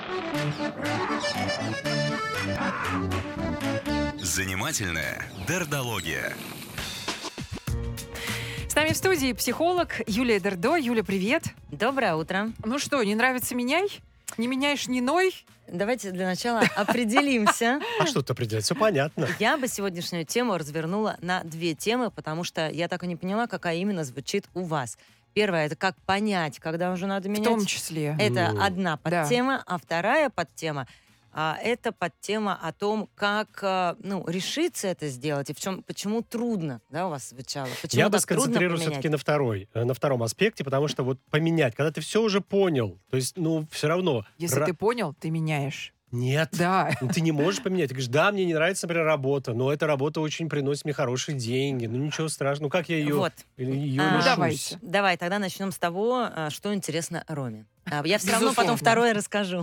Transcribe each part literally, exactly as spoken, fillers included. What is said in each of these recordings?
Занимательная дердология. С нами в студии психолог Юлия Дердо. Юля, привет. Доброе утро. Ну что, не нравится — меняй? Не меняешь — не ной? Давайте для начала определимся. А что тут определять? Все понятно. Я бы сегодняшнюю тему развернула на две темы, потому что я так и не поняла, какая именно звучит у вас. Первое — это как понять, когда уже надо менять. В том числе. Это Ну, одна подтема, а вторая подтема а, это подтема о том, как а, ну, решиться это сделать и в чем, почему трудно, да, у вас звучало. Почему Я бы так трудно сконцентрировался поменять? все-таки на второй, э, на втором аспекте, потому что вот поменять, когда ты все уже понял, то есть, ну, все равно. Если ра- ты понял, ты меняешь. Нет. Да. Ну, ты не можешь поменять. Ты говоришь, да, мне не нравится, например, работа, но эта работа очень приносит мне хорошие деньги. Ну, ничего страшного. Ну, как я ее, Вот. ее А, лишусь? давайте. Давай, тогда начнем с того, а, что интересно Роме. А, Я все равно Безусловно. потом второе расскажу.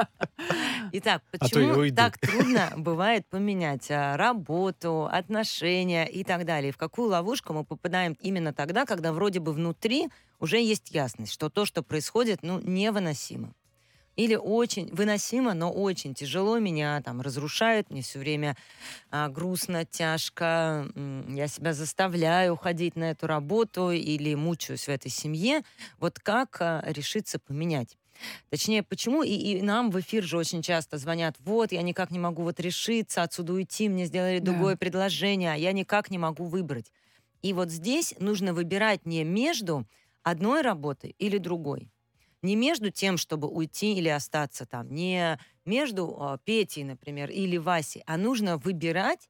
Итак, А то и почему уйду. так трудно бывает поменять а, работу, отношения и так далее? И в какую ловушку мы попадаем именно тогда, когда вроде бы внутри уже есть ясность, что то, что происходит, ну, невыносимо. Или очень выносимо, но очень тяжело, меня там разрушает, мне все время а, грустно, тяжко, м, я себя заставляю уходить на эту работу или мучаюсь в этой семье. Вот как а, решиться поменять? Точнее, почему? И, и нам в эфир же очень часто звонят, вот, я никак не могу вот решиться, отсюда уйти, мне сделали Да. другое предложение, а я никак не могу выбрать. И вот здесь нужно выбирать не между одной работой или другой. Не между тем, чтобы уйти или остаться там, не между а, Петей, например, или Васей, а нужно выбирать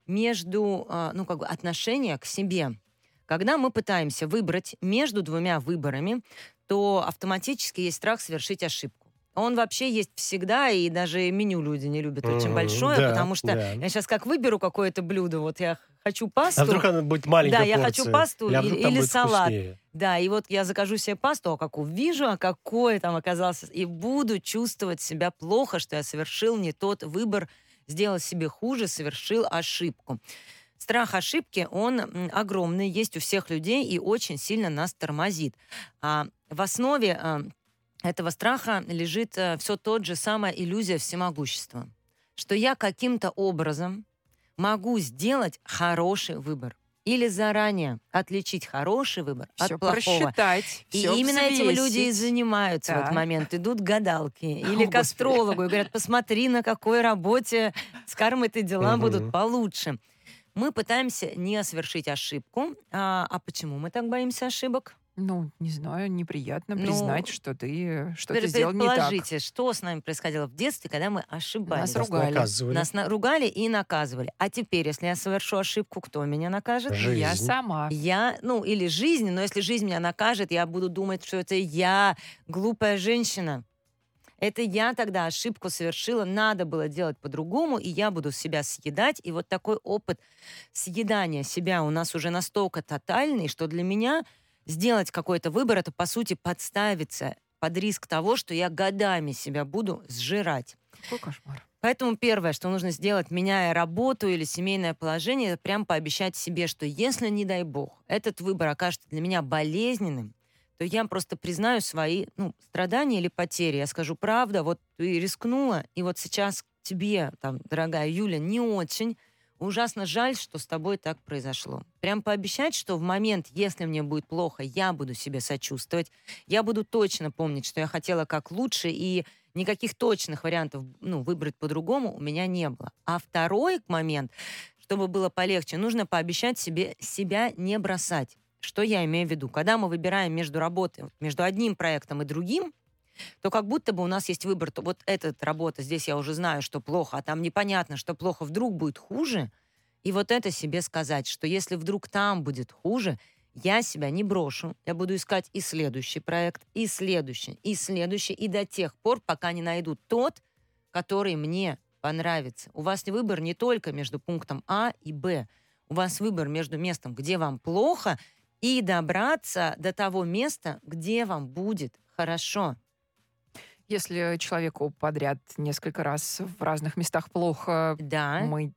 между, а, ну, как бы, отношения к себе. Когда мы пытаемся выбрать между двумя выборами, то автоматически есть страх совершить ошибку. Он вообще есть всегда, и даже меню люди не любят очень Мгм, большое, да, потому что да. я сейчас как выберу какое-то блюдо, вот я хочу пасту. А вдруг она будет маленькая Да, я порция? хочу пасту Или, а или- вдруг там или будет салат. вкуснее? Да, и вот я закажу себе пасту, а какую вижу, а какой там оказался, и буду чувствовать себя плохо, что я совершил не тот выбор, сделал себе хуже, совершил ошибку. Страх ошибки, он м, огромный, есть у всех людей и очень сильно нас тормозит. А, в основе а, этого страха лежит все тот же самая иллюзия всемогущества, что я каким-то образом могу сделать хороший выбор или заранее отличить хороший выбор Все от плохого. просчитать, И всё именно этим люди и взвесить. занимаются в Так. этот момент. Идут к гадалке или О, к Господи. астрологу и говорят, посмотри, на какой работе с кармой-то дела Мгм. будут получше. Мы пытаемся не совершить ошибку. А, а почему мы так боимся ошибок? Ну, не знаю, неприятно Ну, признать, что ты что-то Пер- сделал не так. Предположите, что с нами происходило в детстве, когда мы ошибались? Нас Нас ругали. наказывали. Нас на- ругали и наказывали. А теперь, если я совершу ошибку, кто меня накажет? Жизнь. Я сама. Я, ну, или жизнь, но если жизнь меня накажет, я буду думать, что это я, глупая женщина. Это я тогда ошибку совершила, надо было делать по-другому, и я буду себя съедать. И вот такой опыт съедания себя у нас уже настолько тотальный, что для меня сделать какой-то выбор — это, по сути, подставиться под риск того, что я годами себя буду сжирать. Какой кошмар. Поэтому первое, что нужно сделать, меняя работу или семейное положение, это прям пообещать себе, что если, не дай бог, этот выбор окажется для меня болезненным, то я просто признаю свои ну, страдания или потери. Я скажу, правда, вот ты рискнула, и вот сейчас тебе, там, дорогая Юля, не очень, ужасно жаль, что с тобой так произошло. Прям пообещать, что в момент, если мне будет плохо, я буду себе сочувствовать, я буду точно помнить, что я хотела как лучше, и никаких точных вариантов ну, выбрать по-другому у меня не было. А второй момент, чтобы было полегче, нужно пообещать себе себя не бросать. Что я имею в виду? Когда мы выбираем между работой, вот между одним проектом и другим, то как будто бы у нас есть выбор, то вот эта работа, здесь я уже знаю, что плохо, а там непонятно, что плохо, вдруг будет хуже, и вот это себе сказать, что если вдруг там будет хуже, я себя не брошу, я буду искать и следующий проект, и следующий, и следующий, и до тех пор, пока не найду тот, который мне понравится. У вас выбор не только между пунктом А и Б, у вас выбор между местом, где вам плохо, и добраться до того места, где вам будет хорошо. Если человеку подряд несколько раз в разных местах плохо, Да. мы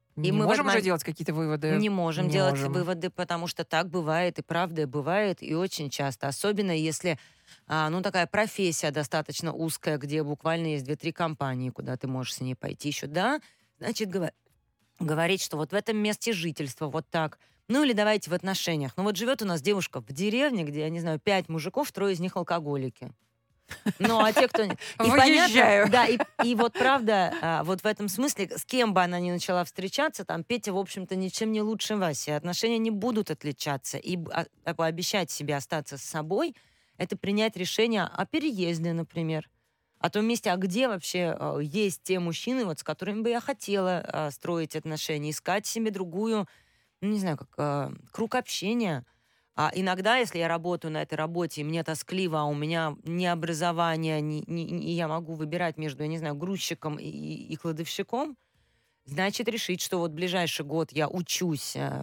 И Не мы в можем этот уже мом- делать какие-то выводы? Не можем Не делать можем. выводы, потому что так бывает, и правда бывает, и очень часто. Особенно если, а, ну, такая профессия достаточно узкая, где буквально есть две-три компании, куда ты можешь с ней пойти еще, да, значит, гова- говорить, что вот в этом месте жительства вот так. Ну, или давайте в отношениях. Ну, вот живет у нас девушка в деревне, где, я не знаю, пять мужиков, трое из них алкоголики. Ну, а те, кто... не- И Выезжаю. понятно, да, и, и вот правда, а, вот в этом смысле, с кем бы она ни начала встречаться, там Петя, в общем-то, ничем не лучше Васи. Отношения не будут отличаться. И б- а- а пообещать себе остаться с собой, это принять решение о переезде, например. О том месте, а где вообще а, есть те мужчины, вот, с которыми бы я хотела а, строить отношения, искать себе другую, ну, не знаю, как а, круг общения. А иногда, если я работаю на этой работе, и мне тоскливо, а у меня ни образования, ни, ни- ни- и я могу выбирать между, я не знаю, грузчиком и, и кладовщиком, значит, решить, что вот ближайший год я учусь, а,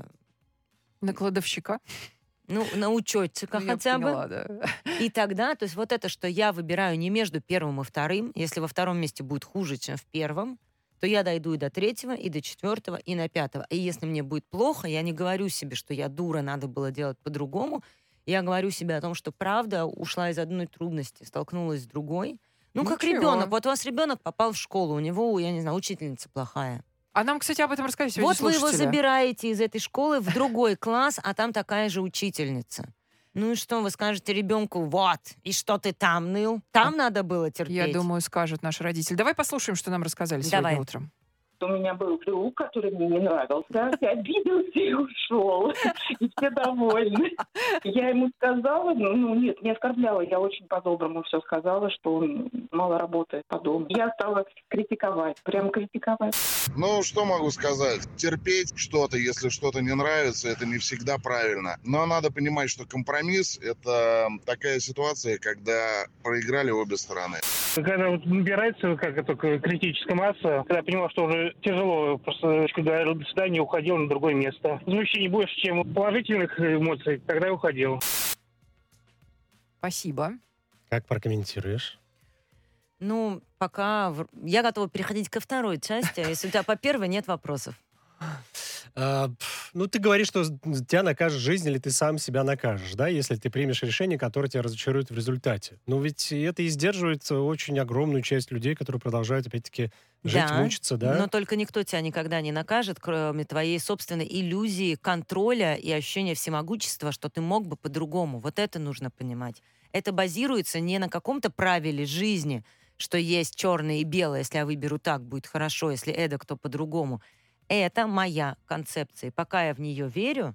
На кладовщика? ну, на учетчика Ну, я хотя бы. поняла, да. И тогда, то есть вот это, что я выбираю не между первым и вторым, если во втором месте будет хуже, чем в первом, то я дойду и до третьего, и до четвертого, и на пятого. И если мне будет плохо, я не говорю себе, что я дура, надо было делать по-другому. Я говорю себе о том, что правда ушла из одной трудности, столкнулась с другой. Ну, как Ничего. ребенок. Вот у вас ребенок попал в школу, у него, я не знаю, учительница плохая. А нам, кстати, об этом рассказали сегодня Вот вы его слушатели. забираете из этой школы в другой класс, а там такая же учительница. Ну и что, вы скажете ребенку, вот, и что ты там ныл? Там надо было терпеть. Я думаю, скажут наши родители. Давай послушаем, что нам рассказали Давай. сегодня утром. У меня был друг, который мне не нравился, обиделся и ушел. И все довольны. Я ему сказала, ну ну, нет, не оскорбляла, я очень по-доброму все сказала, что он мало работает по дому. Я стала критиковать, прям критиковать. Ну, что могу сказать? Терпеть что-то, если что-то не нравится, это не всегда правильно. Но надо понимать, что компромисс – это такая ситуация, когда проиграли обе стороны. Когда вот набирается как это, критическая масса, когда я понимал, что уже тяжело, просто говорил до свидания, уходил на другое место. Возмущений больше, чем положительных эмоций, тогда я уходил. Спасибо. Как прокомментируешь? Ну, пока в- я готова переходить ко второй части, а если у тебя по первой нет вопросов. А, пф, ну, ты говоришь, что с- тебя накажет жизнь, или ты сам себя накажешь, да, если ты примешь решение, которое тебя разочарует в результате. Но ведь это и сдерживает очень огромную часть людей, которые продолжают, опять-таки, жить, Да, мучиться, да? но только никто тебя никогда не накажет, кроме твоей собственной иллюзии, контроля и ощущения всемогущества, что ты мог бы по-другому. Вот это нужно понимать. Это базируется не на каком-то правиле жизни, что есть черное и белое, если я выберу так, будет хорошо, если эдак, то по-другому. Это моя концепция. И пока я в нее верю,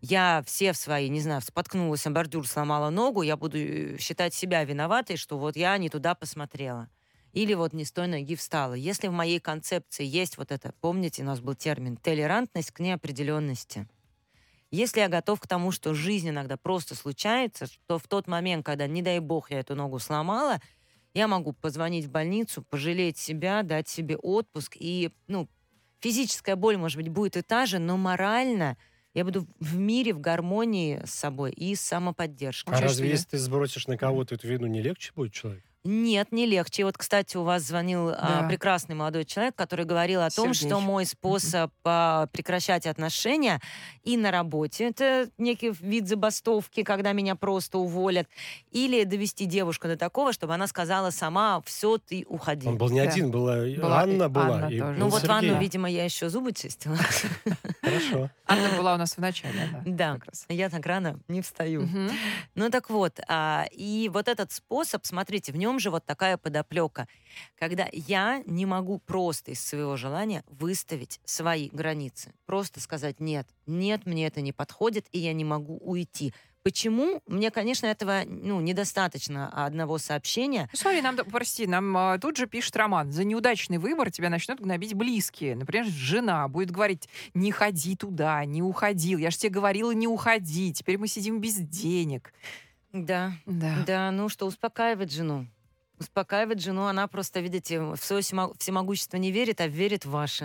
я все в свои, не знаю, споткнулась о бордюр, сломала ногу, я буду э, считать себя виноватой, что вот я не туда посмотрела. Или вот не с той ноги встала. Если в моей концепции есть вот это, помните, у нас был термин толерантность к неопределенности. Если я готов к тому, что жизнь иногда просто случается, то в тот момент, когда, не дай бог, я эту ногу сломала, я могу позвонить в больницу, пожалеть себя, дать себе отпуск. И, ну, физическая боль, может быть, будет и та же, но морально я буду в мире, в гармонии с собой и с самоподдержкой. А Получается, разве что я- если ты сбросишь на кого-то эту вину, не легче будет человеку? Нет, не легче. И вот, кстати, у вас звонил а, Да. прекрасный молодой человек, который говорил о том, Сергей. что мой способ а, прекращать отношения и на работе, это некий вид забастовки, когда меня просто уволят, или довести девушку до такого, чтобы она сказала сама, все, ты уходи. Он был не Да. один, была, и Была и Анна была. Анна и тоже. Ну был вот Сергей. ванну, видимо, я еще зубы чистила. Хорошо. Анна была у нас в начале, да. Да, как раз. я так рано не встаю. Мгм. Ну так вот, а, и вот этот способ, смотрите, в нем же вот такая подоплека, когда я не могу просто из своего желания выставить свои границы, просто сказать нет, нет, мне это не подходит, и я не могу уйти. Почему? Мне, конечно, этого ну, недостаточно одного сообщения. Ну, смотри, нам, да, прости, нам а, тут же пишет Роман. За неудачный выбор тебя начнут гнобить близкие. Например, жена будет говорить, не ходи туда, не уходил. Я же тебе говорила, не уходи. Теперь мы сидим без денег. Да, Да. да, ну что, успокаивать жену. Успокаивать жену, она просто, видите, в свое всемо- всемогущество не верит, а верит в ваше.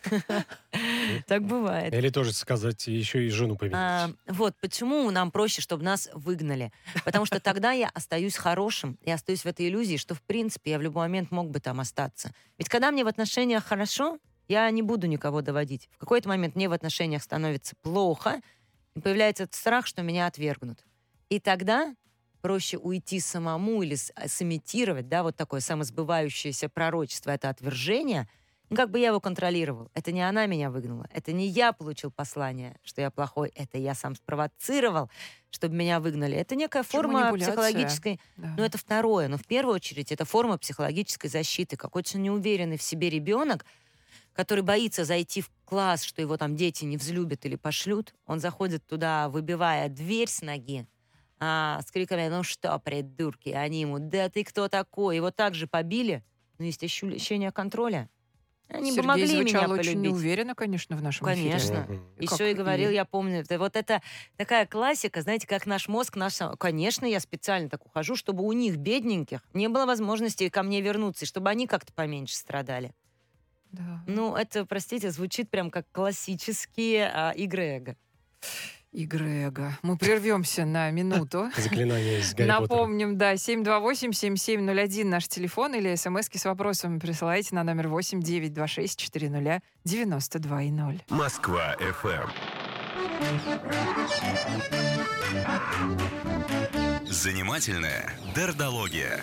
Так бывает. Или тоже сказать, еще и жену А, поменять. вот почему нам проще, чтобы нас выгнали. Потому что тогда я остаюсь хорошим и остаюсь в этой иллюзии, что, в принципе, я в любой момент мог бы там остаться. Ведь когда мне в отношениях хорошо, Я не буду никого доводить. В какой-то момент мне в отношениях становится плохо, и появляется этот страх, что меня отвергнут. И тогда проще уйти самому или с- сымитировать, да, вот такое самосбывающееся пророчество, это отвержение. Ну, как бы я его контролировал. Это не она меня выгнала. Это не я получил послание, что я плохой. Это я сам спровоцировал, чтобы меня выгнали. Это некая Причем форма манипуляция. психологической... Да. Ну, это второе. Но в первую очередь это форма психологической защиты. Какой-то неуверенный в себе ребенок, который боится зайти в класс, что его там дети не взлюбят или пошлют. Он заходит туда, выбивая дверь с ноги, а, с криками: «Ну что, придурки?» Они ему: «Да ты кто такой?» Его также побили. Но есть ощущение контроля. Они бы Сергей могли звучал меня очень полюбить. уверенно, конечно, в нашем эфире. Конечно. Мгм. И как Еще и говорил, и- я помню, это вот это такая классика, знаете, как наш мозг, наш... сам- Конечно, я специально так ухожу, чтобы у них, бедненьких, не было возможности ко мне вернуться, и чтобы они как-то поменьше страдали. Да. Ну, это, простите, звучит прям как классические а, игры эго. Игры эго. Мы прервемся на минуту. Заклинание из Гарри Поттера. Напомним, да, семь два восемь семь семь ноль один наш телефон, или смски с вопросом присылайте на номер восемь девять два шесть четыре ноль девяносто два и ноль. Москва эф эм. Занимательная дердология.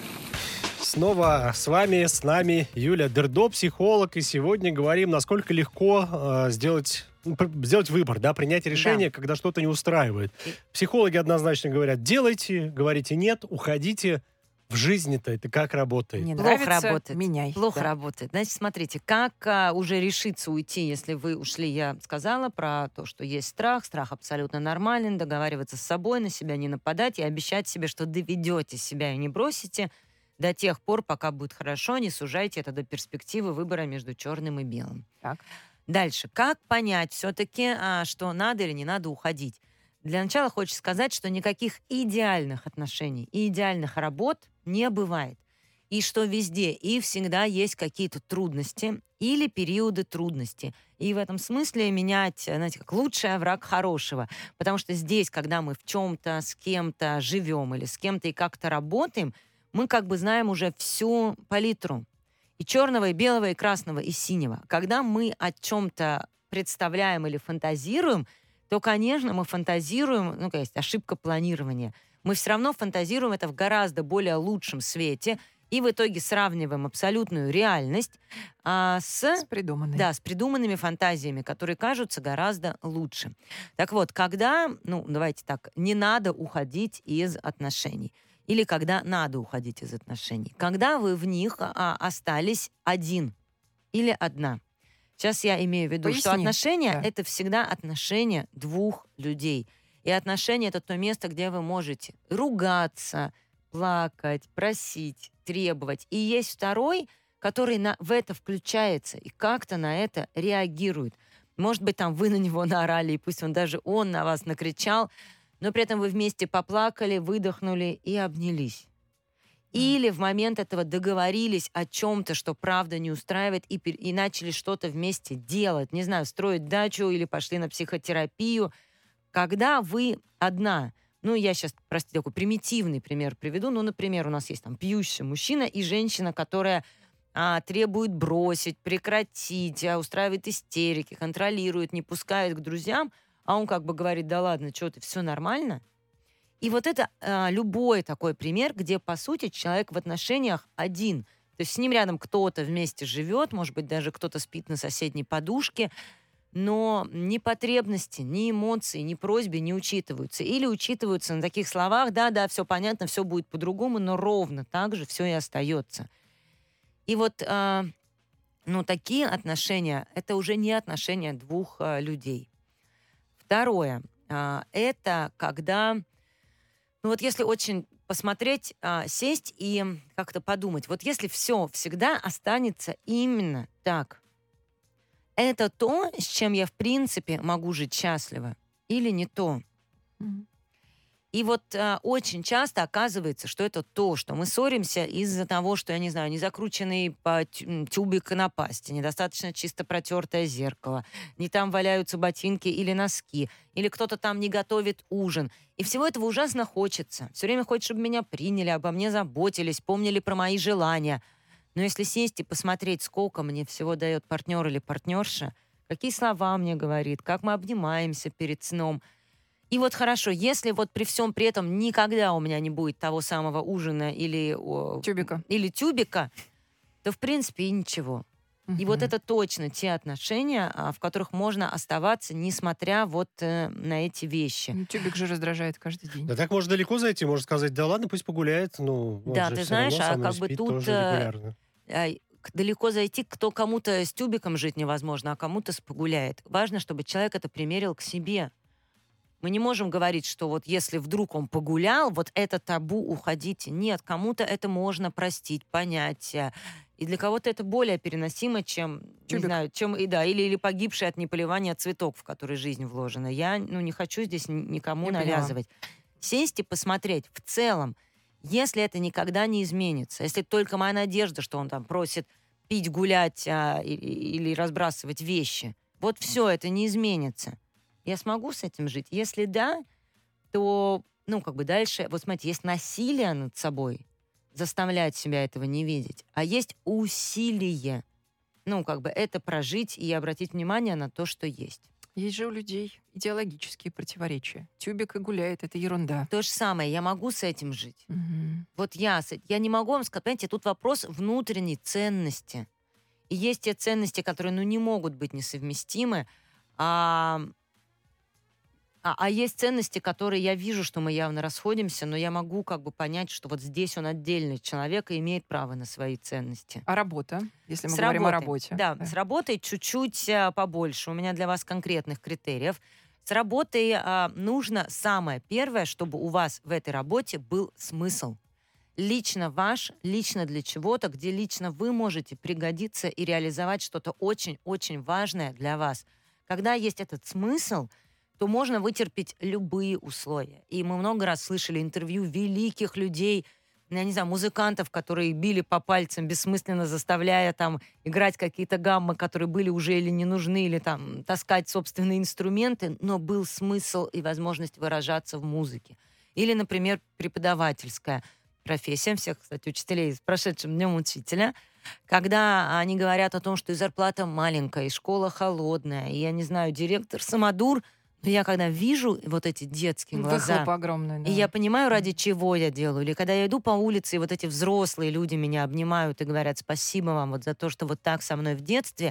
Снова с вами, с нами Юля Дердо, психолог, и сегодня говорим, насколько легко э, сделать, ну, пр- сделать выбор, да, принять решение, когда что-то не устраивает. И- Психологи однозначно говорят: делайте, говорите нет, уходите. В жизни-то это как работает? Не Плохо нравится, работает. меняй. Плохо Да. работает. Значит, смотрите, как а, уже решиться уйти, если вы ушли, я сказала про то, что есть страх, страх абсолютно нормален, договариваться с собой, на себя не нападать и обещать себе, что доведете себя и не бросите до тех пор, пока будет хорошо, не сужайте это до перспективы выбора между черным и белым. Так. Дальше. Как понять все-таки, а, что надо или не надо уходить? Для начала хочется сказать, что никаких идеальных отношений и идеальных работ не бывает. И что везде и всегда есть какие-то трудности или периоды трудности. И в этом смысле менять, знаете, как лучший враг хорошего. Потому что здесь, когда мы в чем-то с кем-то живем или с кем-то и как-то работаем, мы как бы знаем уже всю палитру. И черного, и белого, и красного, и синего. Когда мы о чем-то представляем или фантазируем, то, конечно, мы фантазируем, ну, есть ошибка планирования. Мы все равно фантазируем это в гораздо более лучшем свете и в итоге сравниваем абсолютную реальность а, с, С придуманной. да, с придуманными фантазиями, которые кажутся гораздо лучше. Так вот, когда, ну, давайте так, не надо уходить из отношений. Или когда надо уходить из отношений. Когда вы в них а, остались один или одна. Сейчас я имею в виду, что Поясни. отношения Да. это всегда отношения двух людей. И отношения это то место, где вы можете ругаться, плакать, просить, требовать. И есть второй, который на, в это включается и как-то на это реагирует. Может быть, там вы на него наорали, и пусть он даже он на вас накричал, но при этом вы вместе поплакали, выдохнули и обнялись. Или в момент этого договорились о чем-то, что правда не устраивает, и, пер- и начали что-то вместе делать. Не знаю, строить дачу или пошли на психотерапию. Когда вы одна, ну, я сейчас, простите, такой примитивный пример приведу. Ну, например, у нас есть там пьющий мужчина и женщина, которая а, требует бросить, прекратить, а, устраивает истерики, контролирует, не пускает к друзьям, а он как бы говорит: да ладно, что ты, все нормально. И вот это а, любой такой пример, где, по сути, человек в отношениях один. То есть с ним рядом кто-то вместе живет, может быть, даже кто-то спит на соседней подушке, но ни потребности, ни эмоции, ни просьбы не учитываются. Или учитываются на таких словах: да-да, все понятно, все будет по-другому, но ровно так же все и остается. И вот а, ну, такие отношения — это уже не отношения двух а, людей. Второе а, — это когда... Ну вот если очень посмотреть, а, сесть и как-то подумать, вот если все всегда останется именно так, это то, с чем я в принципе могу жить счастливо, или не то? Мгм. И вот а, очень часто оказывается, что это то, что мы ссоримся из-за того, что, я не знаю, не закрученный по тю- м, тюбик на пасте, недостаточно чисто протертое зеркало, не там валяются ботинки или носки, или кто-то там не готовит ужин. И всего этого ужасно хочется. Все время хочется, чтобы меня приняли, обо мне заботились, помнили про мои желания. Но если сесть и посмотреть, сколько мне всего дает партнер или партнерша, какие слова мне говорит, как мы обнимаемся перед сном. И вот хорошо, если вот при всем при этом никогда у меня не будет того самого ужина или, о, Тюбика. или тюбика, то в принципе и ничего. И вот это точно те отношения, а, в которых можно оставаться, несмотря вот э, на эти вещи. Ну, тюбик же раздражает каждый день. Да так можно далеко зайти, можно сказать, да ладно, пусть погуляет, ну, он Да, же ты всё знаешь, равно со а мной как бы спит тут тоже э, регулярно. а, к- далеко зайти, кто кому-то с тюбиком жить невозможно, а кому-то с погуляет. Важно, чтобы человек это примерил к себе. Мы не можем говорить, что вот если вдруг он погулял, вот это табу, уходите. Нет, кому-то это можно простить, понять. э, И для кого-то это более переносимо, чем, не Тюбик. знаю, чем, и да, или, или погибший от неполивания цветок, в который жизнь вложена. Я, ну, не хочу здесь ни- никому Я поняла. навязывать. Сесть и посмотреть в целом, если это никогда не изменится, если только моя надежда, что он там просит пить, гулять а, и- и- или разбрасывать вещи, вот все это не изменится. Я смогу с этим жить? Если да, то, ну, как бы дальше, вот смотрите, есть насилие над собой, заставлять себя этого не видеть, а есть усилие, ну, как бы это прожить и обратить внимание на то, что есть. Есть же у людей идеологические противоречия. Тюбик и гуляет — это ерунда. То же самое, я могу с этим жить. Мгм. Вот я, с эт- я не могу вам сказать, понимаете, тут вопрос внутренней ценности. И есть те ценности, которые, ну, не могут быть несовместимы, а, а, а есть ценности, которые я вижу, что мы явно расходимся, но я могу как бы понять, что вот здесь он отдельный человек и имеет право на свои ценности. А работа? Если мы С говорим о работой. работе. Да, с работой чуть-чуть а, побольше. У меня для вас конкретных критериев. С работой а, нужно самое первое, чтобы у вас в этой работе был смысл. Лично ваш, лично для чего-то, где лично вы можете пригодиться и реализовать что-то очень-очень важное для вас. Когда есть этот смысл, то можно вытерпеть любые условия. И мы много раз слышали интервью великих людей, я не знаю, музыкантов, которые били по пальцам, бессмысленно заставляя там играть какие-то гаммы, которые были уже или не нужны, или там таскать собственные инструменты, но был смысл и возможность выражаться в музыке. Или, например, преподавательская профессия, всех, кстати, учителей с прошедшим днем учителя, когда они говорят о том, что и зарплата маленькая, и школа холодная, и, я не знаю, директор самодур, но я когда вижу вот эти детские глаза, Выхлоп огромный, да. и я понимаю, ради чего я делаю. Или когда я иду по улице, и вот эти взрослые люди меня обнимают и говорят спасибо вам вот за то, что вот так со мной в детстве,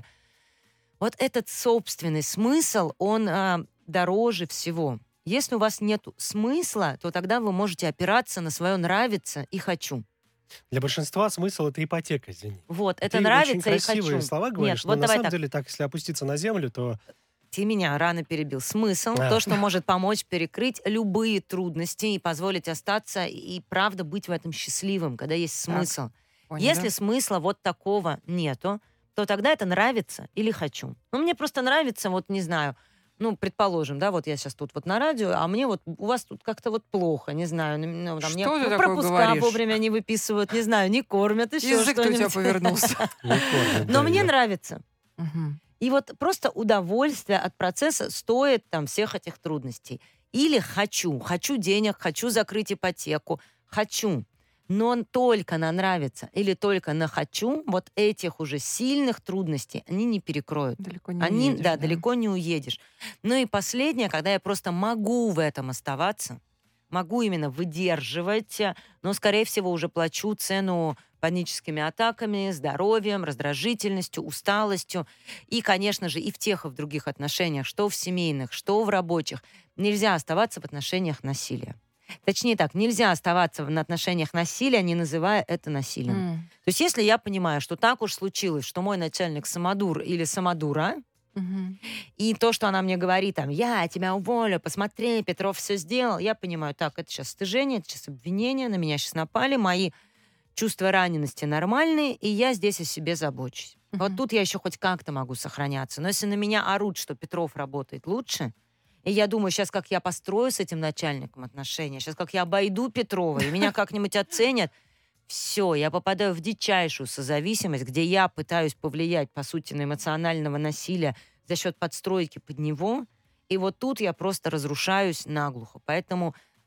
вот этот собственный смысл, он а, дороже всего. Если у вас нет смысла, то тогда вы можете опираться на свое «нравится» и «хочу». Для большинства смысл — это ипотека, извини. Вот, это Ты нравится очень и хочу. красивые слова говоришь, Нет, но вот на давай самом так. деле, так, если опуститься на землю, то Ты меня рано перебил. Смысл, А. то, что может помочь перекрыть любые трудности и позволить остаться и, правда, быть в этом счастливым, когда есть смысл. Поняли. Если смысла вот такого нету, то тогда это нравится или хочу. Ну, мне просто нравится, вот, не знаю, ну, предположим, да, вот я сейчас тут вот на радио, а мне вот, у вас тут как-то вот плохо, не знаю, ну, ну, там, Что мне, ты ну, такое пропуска говоришь? вовремя не выписывают, не знаю, не кормят, еще Язык-то у тебя что-нибудь. повернулся. не кормят, Но да, мне её. нравится. Мгм. И вот просто удовольствие от процесса стоит там всех этих трудностей. Или хочу. Хочу денег, хочу закрыть ипотеку. Хочу. Но только на нравится или только на хочу, вот этих уже сильных трудностей они не перекроют. Далеко не Они, уедешь, да, далеко не уедешь. Ну и последнее, когда я просто могу в этом оставаться, могу именно выдерживать, э, но, скорее всего, уже плачу цену паническими атаками, здоровьем, раздражительностью, усталостью. И, конечно же, и в тех, и в других отношениях, что в семейных, что в рабочих, нельзя оставаться в отношениях насилия. Точнее так, нельзя оставаться в отношениях насилия, не называя это насилием. М. То есть если я понимаю, что так уж случилось, что мой начальник самодур или самодура, Мгм. и то, что она мне говорит, там, я тебя уволю, посмотри, Петров все сделал, я понимаю, так, это сейчас стыжение, это сейчас обвинение, на меня сейчас напали, мои чувства ранености нормальные, и я здесь о себе забочусь. Вот Мгм. тут я еще хоть как-то могу сохраняться. Но если на меня орут, что Петров работает лучше, и я думаю, сейчас как я построю с этим начальником отношения, сейчас как я обойду Петрова, и меня как-нибудь оценят, все, я попадаю в дичайшую созависимость, где я пытаюсь повлиять, по сути, на эмоционального насилия за счет подстройки под него, и вот тут я просто разрушаюсь наглухо. Поэтому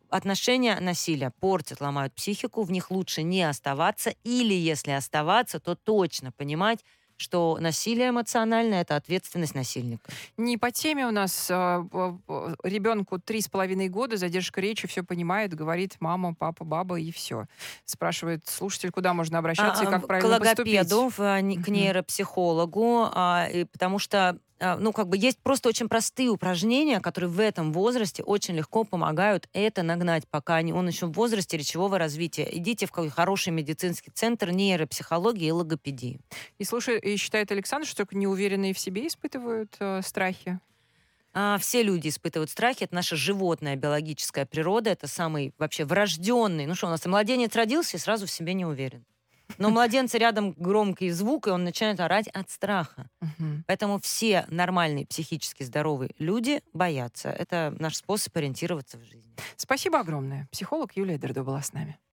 отношения насилия портят, ломают психику, в них лучше не оставаться, или если оставаться, то точно понимать, что насилие эмоциональное — это ответственность насильника. Не по теме у нас. а, б- б- Ребенку три с половиной года, задержка речи, все понимает, говорит мама, папа, баба и все. Спрашивает слушатель, куда можно обращаться и А, как а, правильно к поступить. логопеду, в, а, не- к Мгм. нейропсихологу, а, и потому что, а, ну, как бы есть просто очень простые упражнения, которые в этом возрасте очень легко помогают это нагнать, пока они- он еще в возрасте речевого развития. Идите в какой хороший медицинский центр нейропсихологии и логопедии. И слушай, и считает Александр, что только неуверенные в себе испытывают э, страхи. А, все люди испытывают страхи, это наша животная биологическая природа, это самый вообще врожденный. Ну что, у нас и младенец родился и сразу в себе не уверен. Но у младенца рядом громкий звук, и он начинает орать от страха. Мгм. Поэтому все нормальные, психически здоровые люди боятся. Это наш способ ориентироваться в жизни. Спасибо огромное. Психолог Юлия Дердо была с нами.